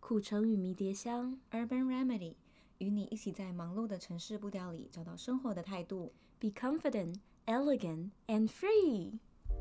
苦橙与迷迭香 Urban Remedy 与你一起在忙碌的城市步调里找到生活的态度。 Be confident, elegant, and free。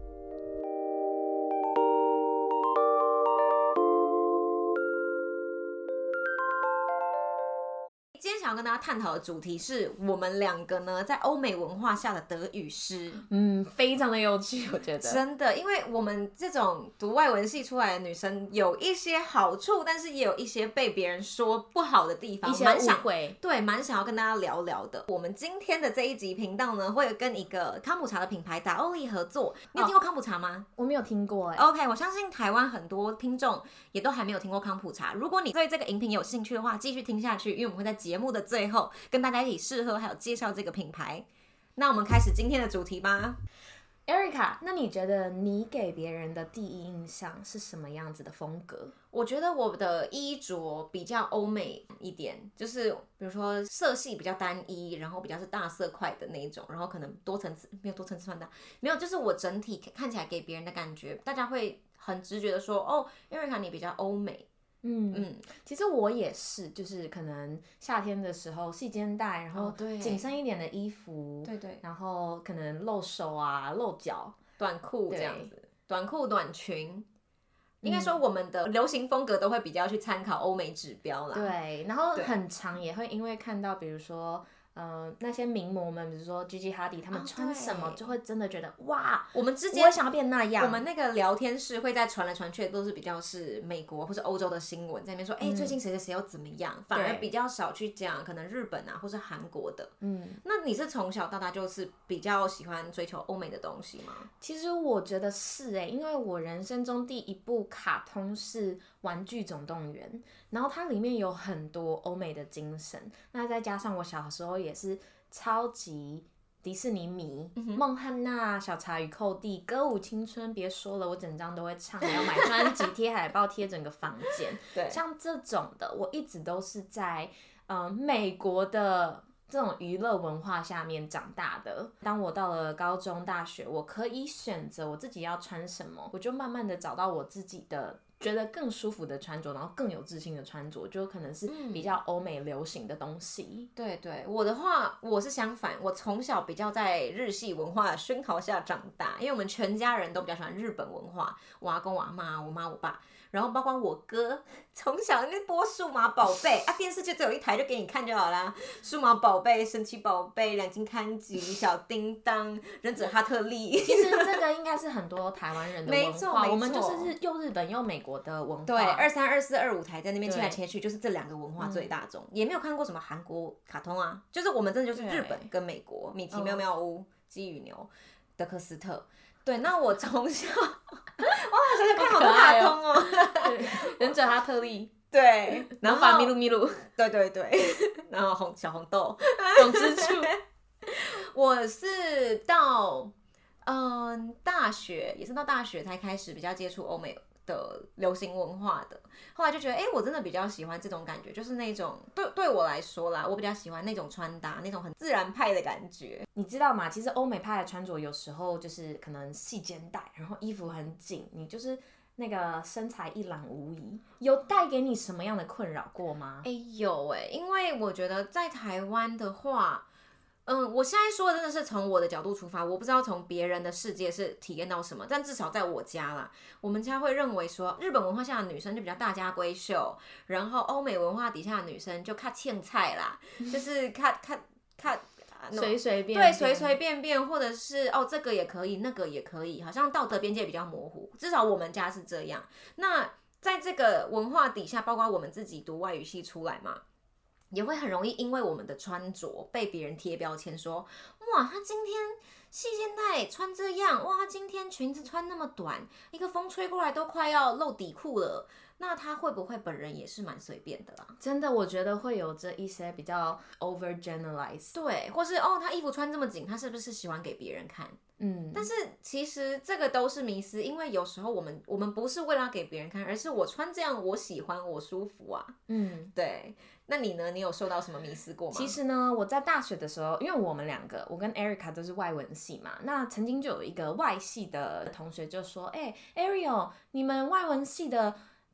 今天想要跟大家探讨的主题是我们两个呢在欧美文化下的得与失。 非常的有趣，我觉得真的，因为我们这种读外文系出来的女生有一些好处，但是也有一些被别人说不好的地方， 一些误会， 对，蛮想要跟大家聊聊的。我们今天的这一集频道呢，会跟一个康普茶的品牌达欧丽合作。你有听过康普茶吗？ 我没有听过 OK， 我相信台湾很多听众也都还没有听过康普茶。如果你对这个饮品有兴趣的话，继续听下去，因为我们会在节目的最后跟大家一起试喝，还有介绍这个品牌。那我们开始今天的主题吧。 Erica， 那你觉得你给别人的第一印象是什么样子的风格？ 我觉得我的衣着比较欧美一点，就是比如说色系比较单一，然后比较是大色块的那一种，然后可能多层次没有多层次穿搭，没有，就是我整体看起来给别人的感觉，大家会很直觉的说，哦 ，Erica 你比较欧美。 其实我也是，就是可能夏天的时候细肩带，然后紧身一点的衣服， 对， 然后可能露手啊、露脚， 短裤这样子，短裤短裙。应该说我们的流行风格都会比较去参考欧美指标啦。 对，然后很常也会因为看到，比如说。那些名模们，比如说 Gigi Hadid， 他们穿什么就会真的觉得哇， 我们之间我也想要变那样。 我们那个聊天室会在传来传去的都是比较是美国或是欧洲的新闻，在那边说，最近谁谁谁又怎么样，反而比较少去讲可能日本啊或是韩国的。那你是从小到大就是比较喜欢追求欧美的东西吗？ 其实我觉得是因为我人生中第一部卡通是《玩具总动员》，然后它里面有很多欧美的精神，那再加上我小时候也是超级迪士尼迷，孟汉娜、小茶与寇弟、歌舞青春，别说了，我整张都会唱，还要买专辑、贴海报、贴整个房间。 对， 像这种的，我一直都是在美国的这种娱乐文化下面长大的。当我到了高中、大学，我可以选择我自己要穿什么，我就慢慢的找到我自己的觉得更舒服的穿着，然后更有自信的穿着，就可能是比较欧美流行的东西。 对，我的话我是相反，我从小比较在日系文化的熏陶下长大，因为我们全家人都比较喜欢日本文化，我阿公、我阿妈、我妈、我爸。然后包括我哥，从小那播数码宝贝啊，电视就只有一台，就给你看就好啦。数码宝贝、神奇宝贝、两金看吉、小叮当、忍者哈特利。 其实这个应该是很多台湾人的文化， 没错， 我们就是又日本又美国的文化。 对，23、24、25台在那边切来切去，就是这两个文化最大众。也没有看过什么韩国卡通啊，就是我们真的就是日本跟美国，米奇妙妙屋、鸡与牛、德克斯特。对，那我从小，哇，小小看好多卡通哦， 忍者哈特利， 对， 然后咪噜， 对，然后小红豆， 红蜘蛛。 我是到大学，也是到大学才开始比较接触欧美的流行文化的，后来就觉得，我真的比较喜欢这种感觉，就是那种对我来说啦，我比较喜欢那种穿搭，那种很自然派的感觉。 你知道吗？其实欧美派的穿着有时候就是可能细肩带，然后衣服很紧，你就是那个身材一览无遗。有带给你什么样的困扰过吗？ 有因为我觉得在台湾的话。我现在说的真的是从我的角度出发，我不知道从别人的世界是体验到什么，但至少在我家啦，我们家会认为说，日本文化下的女生就比较大家闺秀，然后欧美文化底下的女生就看青菜啦，就是看随随便对，随随便便，或者是这个也可以，那个也可以，好像道德边界比较模糊，至少我们家是这样。那在这个文化底下，包括我们自己读外语系出来嘛。也会很容易因为我们的穿着被别人贴标签说，哇，她今天细肩带穿这样，哇，她今天裙子穿那么短，一个风吹过来都快要露底裤了，那她会不会本人也是蛮随便的啦？ 真的，我觉得会有这一些比较 overgeneralize， 对，或是她衣服穿这么紧，她是不是喜欢给别人看？但是其实这个都是迷思，因为有时候我们不是为了要给别人看，而是我穿这样我喜欢我舒服啊。对。那你呢？你有受到什么迷思过吗？ 其实呢，我在大学的时候，因为我们两个，我跟 Erica 都是外文系嘛，那曾经就有一个外系的同学就说，Ariel， 你们外文系的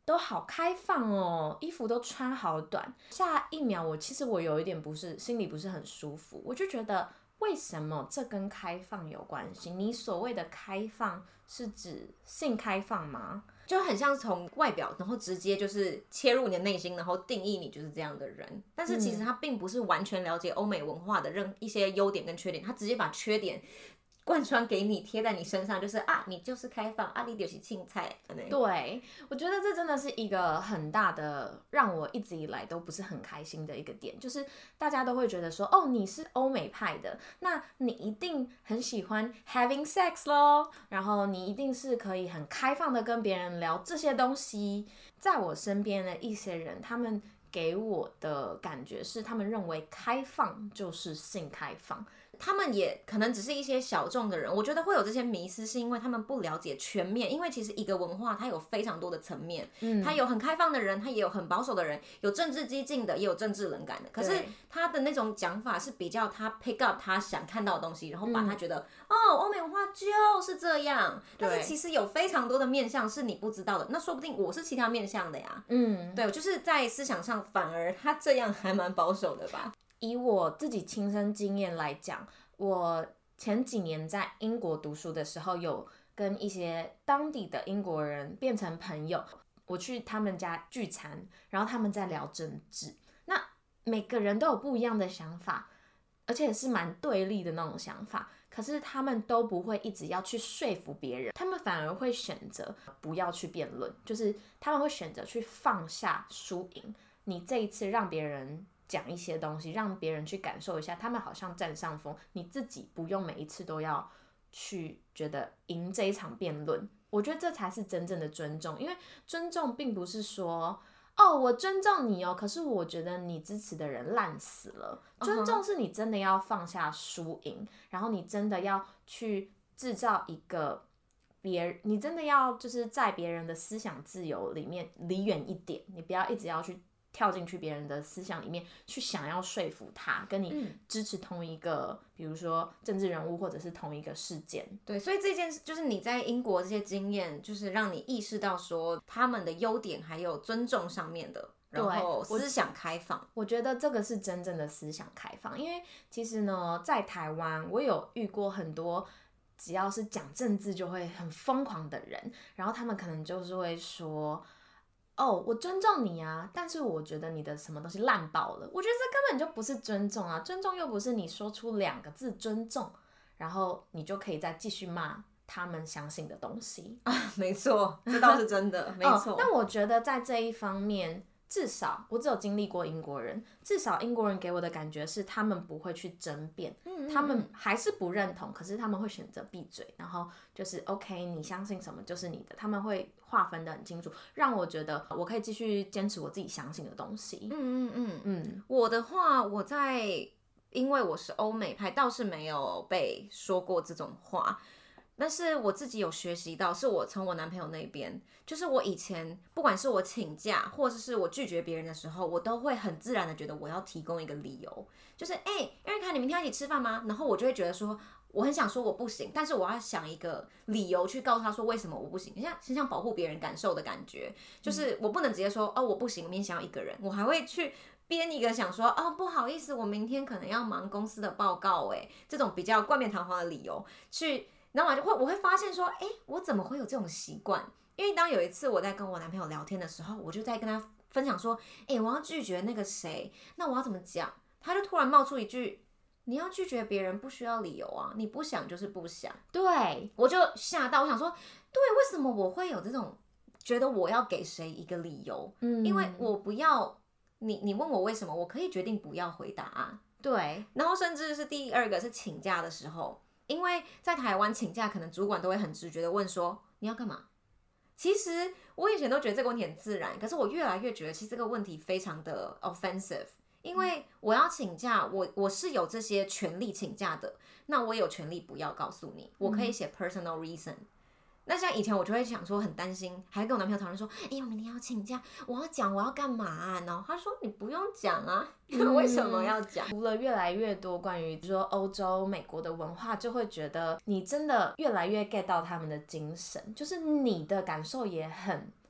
都好开放哦，衣服都穿好短。下一秒其实我有一点心里不是很舒服，我就觉得为什么这跟开放有关系？你所谓的开放是指性开放吗？ 就很像从外表，然后直接就是切入你的内心，然后定义你就是这样的人。但是其实他并不是完全了解欧美文化的一些优点跟缺点，他直接把缺点贯穿给你，贴在你身上，就是你就是开放，你就是青菜。 对，我觉得这真的是一个很大的让我一直以来都不是很开心的一个点，就是大家都会觉得说，哦，你是欧美派的，那你一定很喜欢 having sex 咯，然后你一定是可以很开放的跟别人聊这些东西。在我身边的一些人，他们给我的感觉是，他们认为开放就是性开放。 他们也可能只是一些小众的人，我觉得会有这些迷思，是因为他们不了解全面。因为其实一个文化它有非常多的层面，它有很开放的人，它也有很保守的人，有政治激进的，也有政治冷感的。可是他的那种讲法是比较他 pick up 他想看到的东西，然后把他觉得欧美文化就是这样。但是其实有非常多的面向是你不知道的，那说不定我是其他面向的呀。对，就是在思想上反而他这样还蛮保守的吧。 以我自己亲身经验来讲，我前几年在英国读书的时候，有跟一些当地的英国人变成朋友。我去他们家聚餐，然后他们在聊政治，那每个人都有不一样的想法，而且是蛮对立的那种想法。可是他们都不会一直要去说服别人，他们反而会选择不要去辩论，就是他们会选择去放下输赢。你这一次让别人讲一些东西，让别人去感受一下，他们好像占上风，你自己不用每一次都要去觉得赢这一场辩论。我觉得这才是真正的尊重，因为尊重并不是说我尊重你可是我觉得你支持的人烂死了。尊重是你真的要放下输赢，然后你真的要去制造一个你真的要就是在别人的思想自由里面离远一点，你不要一直要去跳进去别人的思想里面去想要说服他跟你支持同一个比如说政治人物或者是同一个事件。 对，所以这件事就是你在英国这些经验，就是让你意识到说他们的优点还有尊重上面的，然后思想开放。 我觉得这个是真正的思想开放。因为其实呢在台湾我有遇过很多只要是讲政治就会很疯狂的人，然后他们可能就是会说我尊重你啊，但是我觉得你的什么东西烂爆了。我觉得这根本就不是尊重啊，尊重又不是你说出2个字尊重，然后你就可以再继续骂他们相信的东西没错，这倒是真的没错。 但我觉得在这一方面，至少我只有经历过英国人，至少英国人给我的感觉是他们不会去争辩，他们还是不认同，可是他们会选择闭嘴，然后就是 OK 你相信什么就是你的，他们会划分得很清楚，让我觉得我可以继续坚持我自己相信的东西。 我的话，因为我是欧美派，倒是没有被说过这种话。但是我自己有学习到，是我从我男朋友那边，就是我以前不管是我请假，或者是我拒绝别人的时候，我都会很自然的觉得我要提供一个理由，就是Erica 你明天要一起吃饭吗？然后我就会觉得说，我很想说我不行，但是我要想一个理由去告诉他说为什么我不行，很像保护别人感受的感觉，就是我不能直接说我不行，我明天想要一个人，我还会去编一个想说不好意思，我明天可能要忙公司的报告这种比较冠冕堂皇的理由去。然后我会发现说，我怎么会有这种习惯？因为当有一次我在跟我男朋友聊天的时候，我就在跟他分享说，我要拒绝那个谁，那我要怎么讲？他就突然冒出一句，你要拒绝别人不需要理由啊，你不想就是不想。 对， 我就吓到，我想说，对，为什么我会有这种觉得我要给谁一个理由？因为我不要你问我为什么，我可以决定不要回答啊。 对， 然后甚至是第二个是请假的时候。因为在台湾请假，可能主管都会很直觉的问说你要干嘛？其实我以前都觉得这个问题很自然，可是我越来越觉得其实这个问题非常的 offensive。因为我要请假，我是有这些权利请假的，那我有权利不要告诉你，我可以写 personal reason。那像以前我就会想说很担心，还跟我男朋友讨论说，我明天要请假，我要讲我要干嘛然后他说你不用讲啊，为什么要讲？ 除了越来越多关于比如说欧洲、美国的文化，就会觉得你真的越来越 get 到他们的精神，就是你的感受也很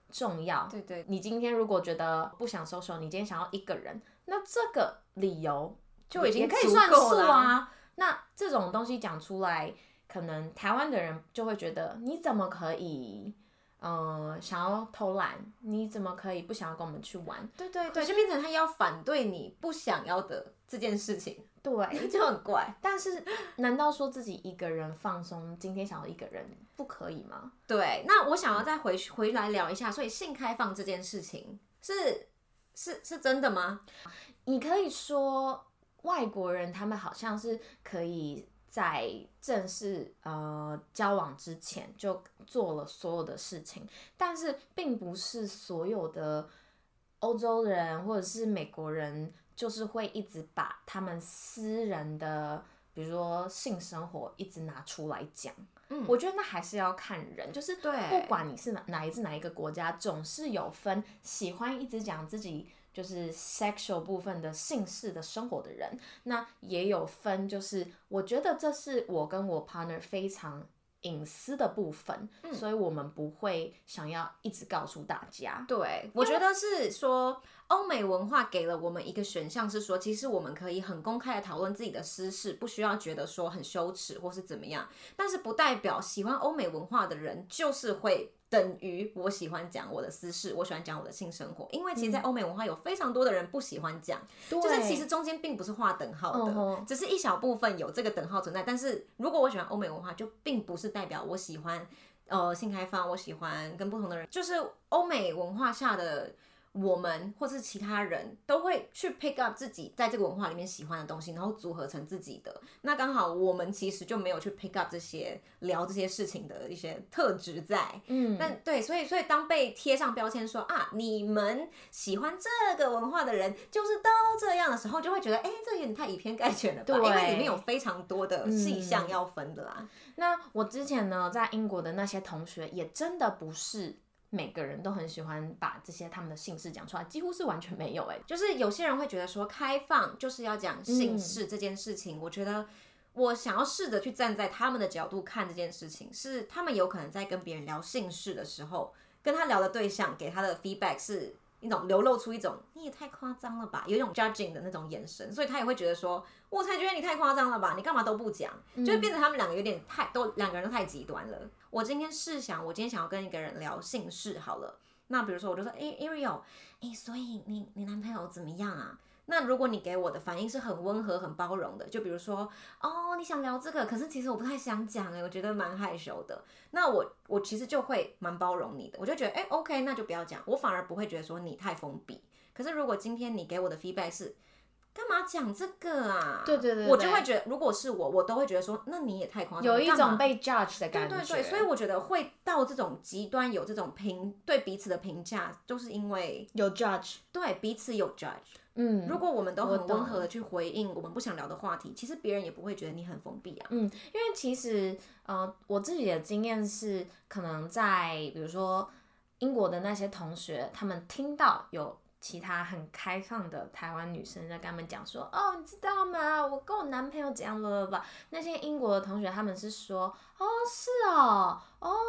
重要。 对对， 你今天如果觉得不想social，你今天想要一个人，那这个理由就已经也可以算数足够了啊。那这种东西讲出来，可能台湾的人就会觉得你怎么可以想要偷懒，你怎么可以不想要跟我们去玩？ 对对对，就变成他要反对你不想要的这件事情， 对， 就很怪。 但是难道说自己一个人放松，今天想要一个人不可以吗？ 对，那我想要再回来聊一下，所以性开放这件事情是真的吗？ 你可以说外国人他们好像是可以在正式交往之前就做了所有的事情，但是并不是所有的欧洲人或者是美国人就是会一直把他们私人的比如说性生活一直拿出来讲。我觉得那还是要看人，就是不管你是哪一个国家，总是有分喜欢一直讲自己就是 sexual 部分的性事的生活的人，那也有分就是我觉得这是我跟我 partner 非常隐私的部分，所以我们不会想要一直告诉大家。 对，我觉得是说欧美文化给了我们一个选项，是说其实我们可以很公开的讨论自己的私事，不需要觉得说很羞耻或是怎么样，但是不代表喜欢欧美文化的人就是会等于我喜欢讲我的私事，我喜欢讲我的性生活，因为其实，在欧美文化有非常多的人不喜欢讲，就是其实中间并不是画等号的，只是一小部分有这个等号存在。但是如果我喜欢欧美文化，就并不是代表我喜欢性开放，我喜欢跟不同的人，就是欧美文化下的我们或是其他人都会去 pick up 自己在这个文化里面喜欢的东西，然后组合成自己的。那刚好我们其实就没有去 pick up 这些聊这些事情的一些特质在。但对，所以当被贴上标签说啊，你们喜欢这个文化的人就是都这样的时候，就会觉得这有点太以偏概全了吧？因为里面有非常多的细项要分的啦。 那我之前呢，在英国的那些同学也真的不是每个人都很喜欢把这些他们的性事讲出来，几乎是完全没有。 就是有些人会觉得说开放就是要讲性事这件事情，我觉得我想要试着去站在他们的角度看这件事情，是他们有可能在跟别人聊性事的时候，跟他聊的对象给他的 feedback 是一种流露出一种你也太夸张了吧，有一种 judging 的那种眼神，所以他也会觉得说，我才觉得你太夸张了吧，你干嘛都不讲，就会变成他们两个有点两个人都太极端了。我今天试想，我今天想要跟一个人聊性事好了，那比如说我就说Ariel，所以你男朋友怎么样啊？那如果你给我的反应是很温和、很包容的，就比如说，你想聊这个，可是其实我不太想讲，我觉得蛮害羞的。那我其实就会蛮包容你的，我就觉得OK，那就不要讲，我反而不会觉得说你太封闭。可是如果今天你给我的 feedback 是干嘛讲这个啊？ 对， 我就会觉得，如果是我都会觉得说，那你也太夸张， 有一种被 judge 的感觉。 对，所以我觉得会到这种极端，有这种对彼此的评价，就是因为有 judge， 对彼此有 judge。如果我们都很温和的去回应我们不想聊的话题，其实别人也不会觉得你很封闭啊。 因为其实我自己的经验是，可能在比如说英国的那些同学，他们听到有其他很开放的台湾女生在跟他们讲说，你知道吗？我跟我男朋友怎样吧。那些英国的同学他们是说，是哦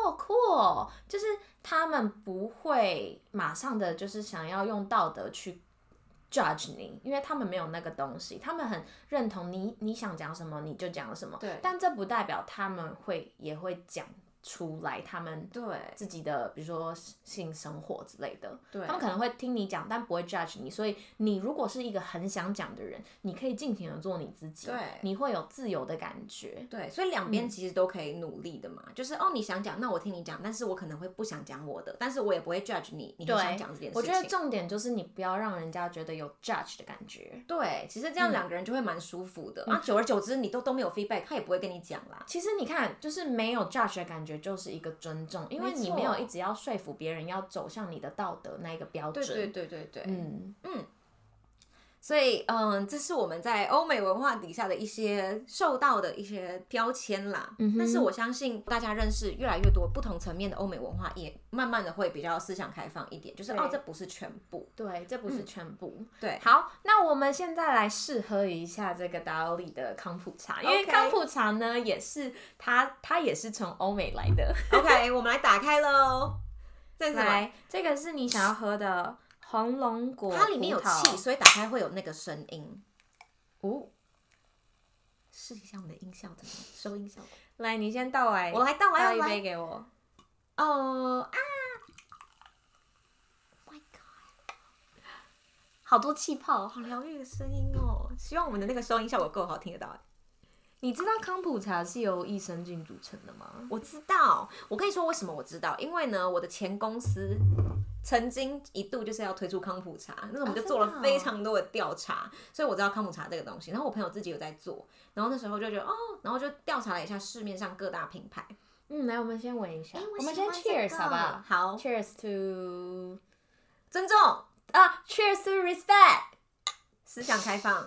，cool，就是他们不会马上的就是想要用道德去judge 你，因为他们没有那个东西，他们很认同你想讲什么你就讲什么，但这不代表他们也会讲出来他们自己的比如说性生活之类的，他们可能会听你讲，但不会 judge 你。所以你如果是一个很想讲的人，你可以尽情的做你自己，你会有自由的感觉。 对，所以两边其实都可以努力的嘛。就是你想讲，那我听你讲，但是我可能会不想讲我的，但是我也不会 judge 你很想讲这件事情。 我觉得重点就是你不要让人家觉得有 judge 的感觉。 对，其实这样两个人就会蛮舒服的。久而久之你都没有 feedback， 他也不会跟你讲啦。 其实你看，就是没有 judge 的感觉就是一个尊重，因为你没有一直要说服别人要走向你的道德那一个标准。 对，所以这是我们在欧美文化底下的一些受到的一些标签啦。但是我相信大家认识越来越多不同层面的欧美文化，也慢慢的会比较思想开放一点，就是这不是全部。 对，这不是全部。 对， 好，那我们现在来试喝一下这个达欧里的康普茶，因为康普茶呢也是它也是从欧美来的。 OK， 我们来打开喽。 这是什么？ 来，这个是你想要喝的红龙果葡萄， 它里面有气，所以打开会有那个声音。 哦， 试一下我们的音效怎么样？收音效果。 来，你先倒来， 我来倒， 倒一杯给我。 哦啊 ！My God， 好多气泡，好疗愈的声音哦。希望我们的那个收音效果够好，听得到。 你知道康普茶是由益生菌组成的吗？ 我知道，我跟你说为什么我知道，因为呢，我的前公司曾经一度就是要推出康普茶，那时候我们就做了非常多的调查，所以我知道康普茶这个东西。然后我朋友自己有在做，然后那时候就觉得哦，然后就调查了一下市面上各大品牌。 来，我们先闻一下。 我们先 cheers 好不好？ 好 ，cheers to 尊重啊 ，cheers to respect， 思想开放。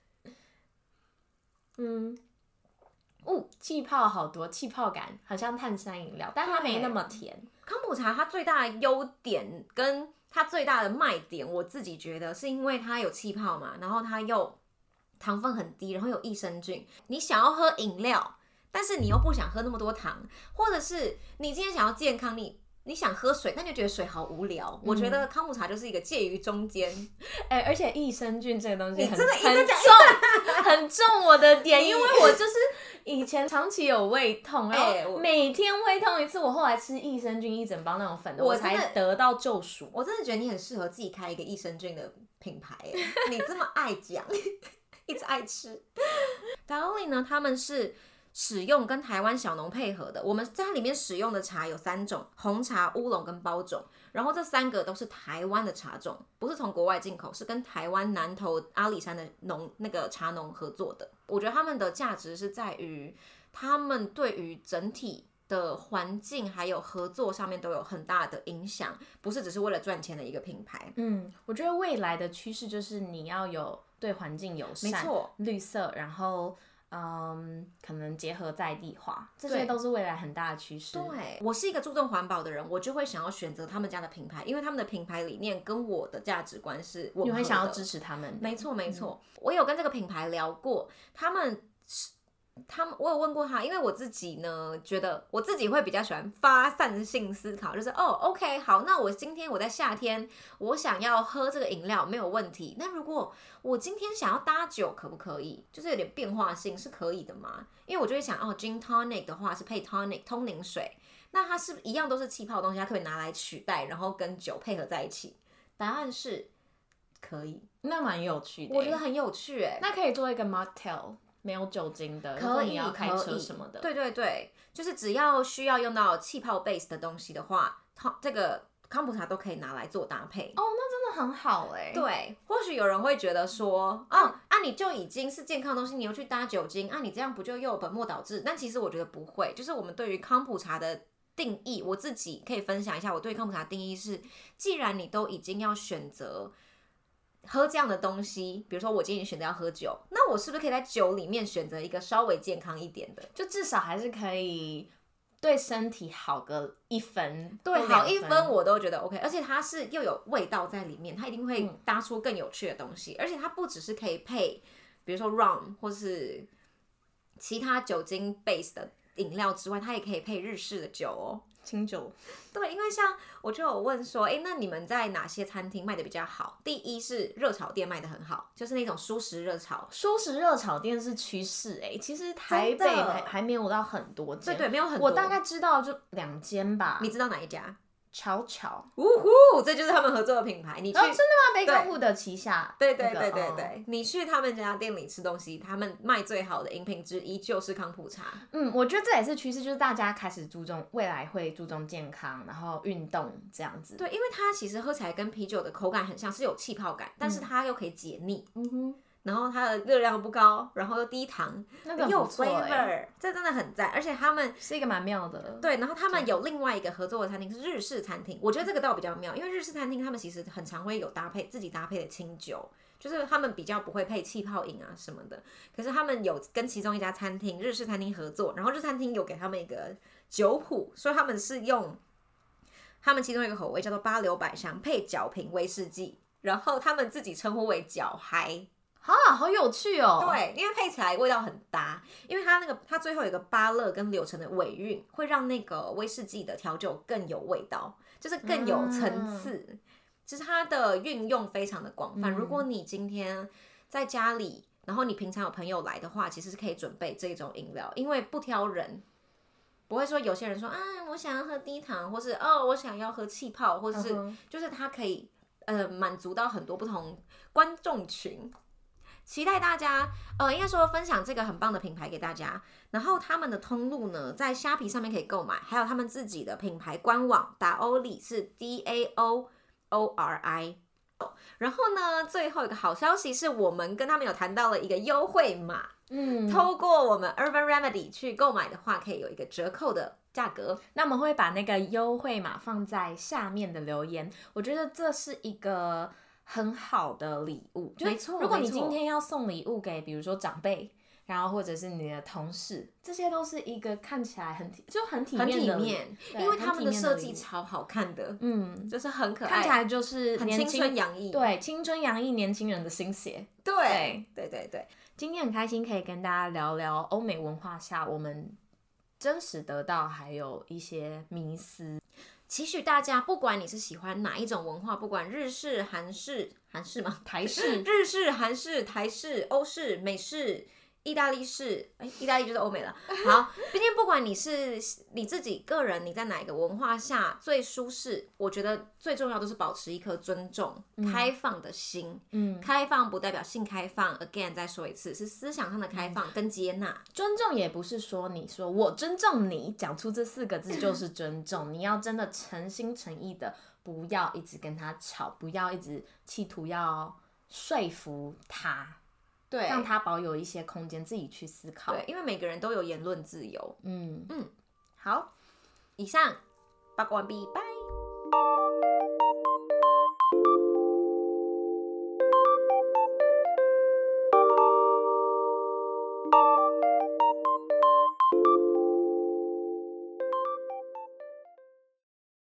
气泡好多，气泡感好像碳酸饮料，但它没那么甜。 康普茶它最大的优点跟它最大的卖点，我自己觉得是因为它有气泡嘛，然后它又糖分很低，然后有益生菌。你想要喝饮料，但是你又不想喝那么多糖，或者是你今天想要健康，你想喝水，但就觉得水好无聊。我觉得康普茶就是一个介于中间。 而且益生菌这个东西你真的很重我的点，因为我就是以前长期有胃痛，然后每天胃痛一次，我后来吃益生菌一整包那种粉的，我才得到救赎。 我真的觉得你很适合自己开一个益生菌的品牌，你这么爱讲，一直爱吃。Daroli 呢，他们是使用跟台湾小农配合的，我们在它里面使用的茶有3种：红茶、乌龙跟包种。然后这3个都是台湾的茶种，不是从国外进口，是跟台湾南投阿里山的那个茶农合作的。我觉得他们的价值是在于，他们对于整体的环境还有合作上面都有很大的影响，不是只是为了赚钱的一个品牌。 我觉得未来的趋势就是你要有对环境友善， 没错， 绿色，然后可能结合在地化，这些都是未来很大的趋势。 对，我是一个注重环保的人，我就会想要选择他们家的品牌，因为他们的品牌理念跟我的价值观是吻合的。 你会想要支持他们？ 没错没错，我有跟这个品牌聊过，我有问过他，因为我自己呢觉得我自己会比较喜欢发散性思考，就是OK 好，那我今天我在夏天我想要喝这个饮料没有问题，那如果我今天想要搭酒可不可以？就是有点变化性是可以的吗？因为我就会想gin tonic 的话是配 tonic 通灵水，那它是一样都是气泡的东西，它可以拿来取代，然后跟酒配合在一起。答案是可以， 那蛮有趣的， 我觉得很有趣那可以做一个 mocktail。没有酒精的， 可以， 你要开车什么的， 对对对，就是只要需要用到气泡 base 的东西的话，这个康普茶都可以拿来做搭配。 那真的很好对，或许有人会觉得说，你就已经是健康的东西，你又去搭酒精，你这样不就又本末倒置？但其实我觉得不会，就是我们对于康普茶的定义，我自己可以分享一下，我对康普茶的定义是，既然你都已经要选择喝这样的东西，比如说我今天选择要喝酒，那我是不是可以在酒里面选择一个稍微健康一点的， 就至少还是可以对身体好个1分， 对，好1分我都觉得 OK， 而且它是又有味道在里面，它一定会搭出更有趣的东西，而且它不只是可以配，比如说 rum 或是其他酒精 base 的饮料之外，它也可以配日式的酒清酒。 对，因为像我就有问说，那你们在哪些餐厅卖的比较好？第一是热炒店卖的很好，就是那种蔬食热炒。 蔬食热炒店是趋势其实台北还没有到很多间。 对，没有很多。 我大概知道就2间吧。 你知道哪一家？ 巧巧， 这就是他们合作的品牌。你去真的吗？贝根户的旗下。 对，你去他们家店里吃东西，他们卖最好的饮品之一就是康普茶。 我觉得这也是趋势，就是大家开始未来会注重健康，然后运动这样子。 对，因为它其实喝起来跟啤酒的口感很像，是有气泡感，但是它又可以解腻。然后它的热量不高，然后又低糖，又有 flavor， 这真的很赞。而且他们是一个蛮妙的。 对，然后他们有另外一个合作的餐厅是日式餐厅，我觉得这个倒比较妙，因为日式餐厅他们其实很常会有自己搭配的清酒，就是他们比较不会配气泡饮啊什么的。可是他们有跟其中一家餐厅日式餐厅合作，然后日式餐厅有给他们一个酒谱，所以他们是用他们其中一个口味叫做8流百香配角瓶威士忌，然后他们自己称呼为角嗨。 好有趣哦。 对，因为配起来味道很搭，因为它最后有一个芭乐跟柳橙的尾韵，会让那个威士忌的调酒更有味道，就是更有层次。其实它的运用非常的广泛。如果你今天在家里，然后你平常有朋友来的话，其实是可以准备这种饮料，因为不挑人。不会说有些人说啊，我想要喝低糖，或是我想要喝气泡，或者是就是它可以满足到很多不同观众群。期待大家应该说分享这个很棒的品牌给大家。然后他们的通路呢，在虾皮上面可以购买，还有他们自己的品牌官网Daori是 DAOORI。然后呢，最后一个好消息是我们跟他们有谈到了一个优惠码。透过我们 Urban Remedy 去购买的话，可以有一个折扣的价格。 那我们会把那个优惠码放在下面的留言。我觉得这是一个很好的礼物， 没错。 如果你今天要送礼物给，比如说长辈，然后或者是你的同事，这些都是一个看起来很体面的， 因为他们的设计超好看的，就是很可爱， 看起来就是很青春洋溢， 对，青春洋溢年轻人的心血。 对。 今天很开心可以跟大家聊聊欧美文化下我们真实得到还有一些迷思。 期许大家，不管你是喜欢哪一种文化，不管日式、韩式吗？ 台式、 日式、韩式、台式、欧式、美式、意大利式，意大利就是欧美了。好，毕竟不管你是你自己个人，你在哪一个文化下最舒适，我觉得最重要都是保持一颗尊重、开放的心。开放不代表性开放 ，again 再说一次，是思想上的开放跟接纳。 尊重也不是说你说我尊重你，讲出这4个字就是尊重。你要真的诚心诚意的，不要一直跟他吵，不要一直企图要说服他。 对， 让他保有一些空间自己去思考。 对，因为每个人都有言论自由。 好， 以上报告完毕，拜。